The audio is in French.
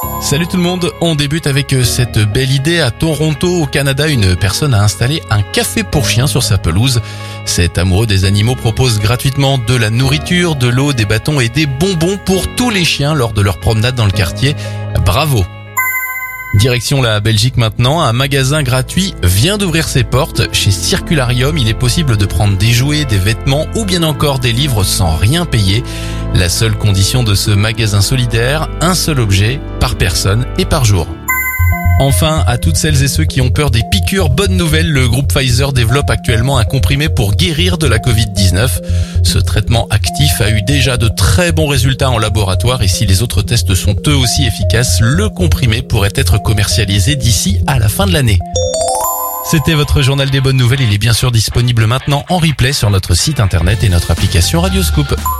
Salut tout le monde, on débute avec cette belle idée. À Toronto, au Canada, une personne a installé un café pour chiens sur sa pelouse. Cet amoureux des animaux propose gratuitement de la nourriture, de l'eau, des bâtons et des bonbons pour tous les chiens lors de leur promenade dans le quartier. Bravo! Direction la Belgique maintenant, un magasin gratuit vient d'ouvrir ses portes. Chez Circularium, il est possible de prendre des jouets, des vêtements ou bien encore des livres sans rien payer. La seule condition de ce magasin solidaire, un seul objet par personne et par jour. Enfin, à toutes celles et ceux qui ont peur des piqûres, bonne nouvelle, le groupe Pfizer développe actuellement un comprimé pour guérir de la Covid-19. Ce traitement actif a eu déjà de très bons résultats en laboratoire et si les autres tests sont eux aussi efficaces, le comprimé pourrait être commercialisé d'ici à la fin de l'année. C'était votre journal des bonnes nouvelles, il est bien sûr disponible maintenant en replay sur notre site internet et notre application Radioscoop.